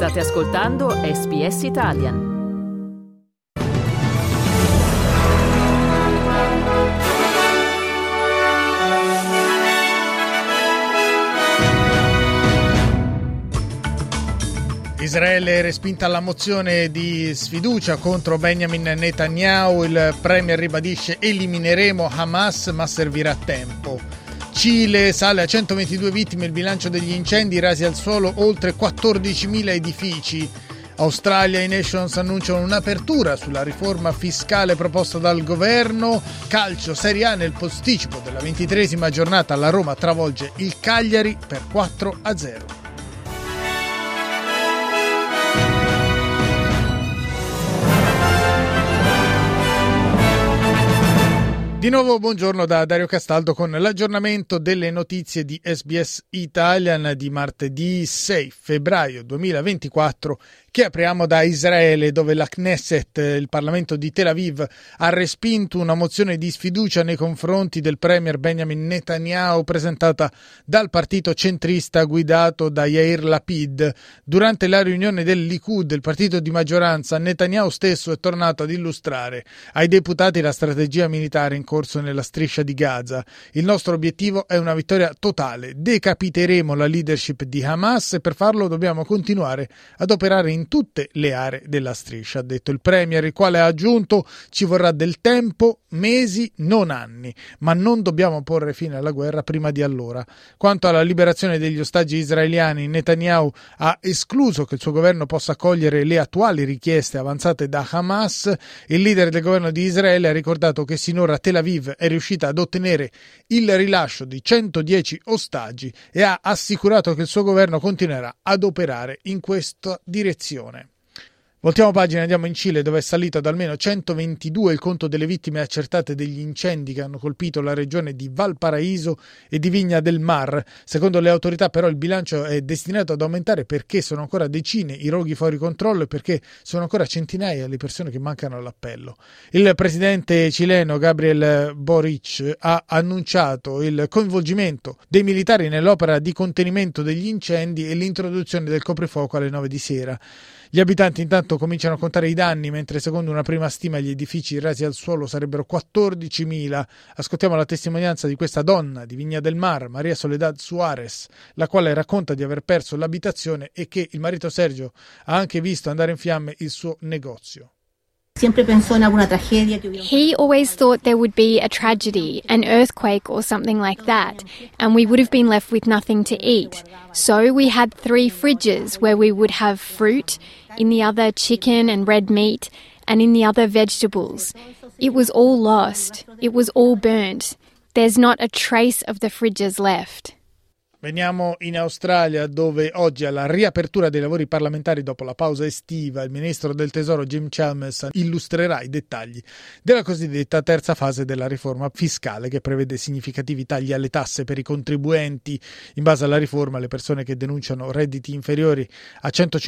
State ascoltando SBS Italian. Israele respinta la mozione di sfiducia contro Benjamin Netanyahu. Il premier ribadisce: elimineremo Hamas, ma servirà tempo. Cile sale a 122 vittime il bilancio degli incendi, rasi al suolo oltre 14.000 edifici. Australia e Nations annunciano un'apertura sulla riforma fiscale proposta dal governo. Calcio Serie A, nel posticipo della 23esima giornata la Roma travolge il Cagliari per 4-0. Di nuovo buongiorno da Dario Castaldo con l'aggiornamento delle notizie di SBS Italian di martedì 6 febbraio 2024, che apriamo da Israele, dove la Knesset, il Parlamento di Tel Aviv, ha respinto una mozione di sfiducia nei confronti del premier Benjamin Netanyahu presentata dal partito centrista guidato da Yair Lapid. Durante la riunione del Likud, il partito di maggioranza, Netanyahu stesso è tornato ad illustrare ai deputati la strategia militare in corso nella striscia di Gaza. Il nostro obiettivo è una vittoria totale. Decapiteremo la leadership di Hamas e per farlo dobbiamo continuare ad operare in tutte le aree della striscia, ha detto il premier, il quale ha aggiunto: ci vorrà del tempo, mesi, non anni, ma non dobbiamo porre fine alla guerra prima di allora. Quanto alla liberazione degli ostaggi israeliani, Netanyahu ha escluso che il suo governo possa accogliere le attuali richieste avanzate da Hamas. Il leader del governo di Israele ha ricordato che sinora Tel Aviv è riuscita ad ottenere il rilascio di 110 ostaggi e ha assicurato che il suo governo continuerà ad operare in questa direzione. Voltiamo pagina, andiamo in Cile, dove è salito ad almeno 122 il conto delle vittime accertate degli incendi che hanno colpito la regione di Valparaíso e di Viña del Mar. Secondo le autorità però il bilancio è destinato ad aumentare perché sono ancora decine i roghi fuori controllo e perché sono ancora centinaia le persone che mancano all'appello. Il presidente cileno Gabriel Boric ha annunciato il coinvolgimento dei militari nell'opera di contenimento degli incendi e l'introduzione del coprifuoco alle 9 di sera. Gli abitanti intanto cominciano a contare i danni, mentre secondo una prima stima gli edifici rasi al suolo sarebbero 14.000. Ascoltiamo la testimonianza di questa donna di Viña del Mar, Maria Soledad Suarez, la quale racconta di aver perso l'abitazione e che il marito Sergio ha anche visto andare in fiamme il suo negozio. He always thought there would be a tragedy, an earthquake or something like that, and we would have been left with nothing to eat. So we had 3 fridges where we would have fruit, in the other chicken and red meat, and in the other vegetables. It was all lost. It was all burnt. There's not a trace of the fridges left. Veniamo in Australia, dove oggi alla riapertura dei lavori parlamentari dopo la pausa estiva il ministro del Tesoro Jim Chalmers illustrerà i dettagli della cosiddetta terza fase della riforma fiscale, che prevede significativi tagli alle tasse per i contribuenti. In base alla riforma, le persone che denunciano redditi inferiori a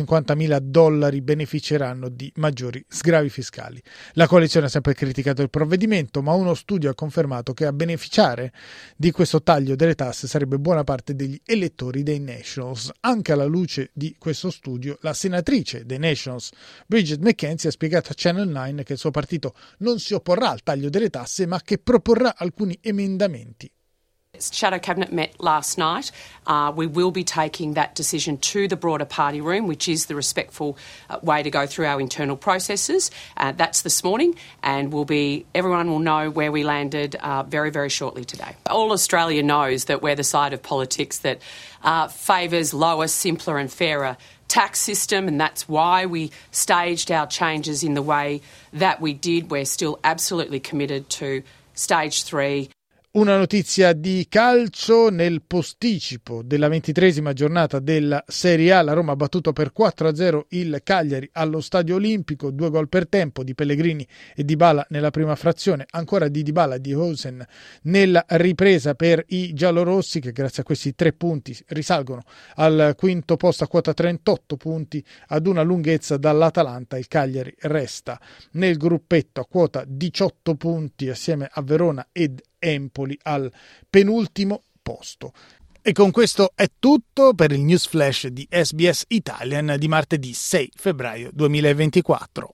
$150.000 beneficeranno di maggiori sgravi fiscali. La coalizione ha sempre criticato il provvedimento, ma uno studio ha confermato che a beneficiare di questo taglio delle tasse sarebbe buona parte degli elettori dei Nationals. Anche alla luce di questo studio, la senatrice dei Nationals Bridget McKenzie ha spiegato a Channel 9 che il suo partito non si opporrà al taglio delle tasse, ma che proporrà alcuni emendamenti. Shadow Cabinet met last night. We will be taking that decision to the broader party room, which is the respectful way to go through our internal processes. That's this morning, and everyone will know where we landed very, very shortly today. All Australia knows that we're the side of politics that favours lower, simpler and fairer tax system, and that's why we staged our changes in the way that we did. We're still absolutely committed to stage 3. Una notizia di calcio: nel posticipo della 23esima giornata della Serie A, la Roma ha battuto per 4-0 il Cagliari allo Stadio Olimpico, 2 gol per tempo di Pellegrini e Dybala nella prima frazione, ancora di Dybala e di Hosen nella ripresa per i giallorossi, che grazie a questi 3 punti risalgono al quinto posto a quota 38 punti. Ad una lunghezza dall'Atalanta il Cagliari resta nel gruppetto a quota 18 punti assieme a Verona ed Empoli al penultimo posto. E con questo è tutto per il News Flash di SBS Italian di martedì 6 febbraio 2024.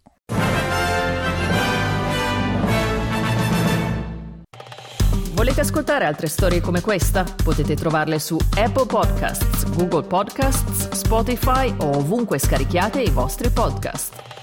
Volete ascoltare altre storie come questa? Potete trovarle su Apple Podcasts, Google Podcasts, Spotify o ovunque scarichiate i vostri podcast.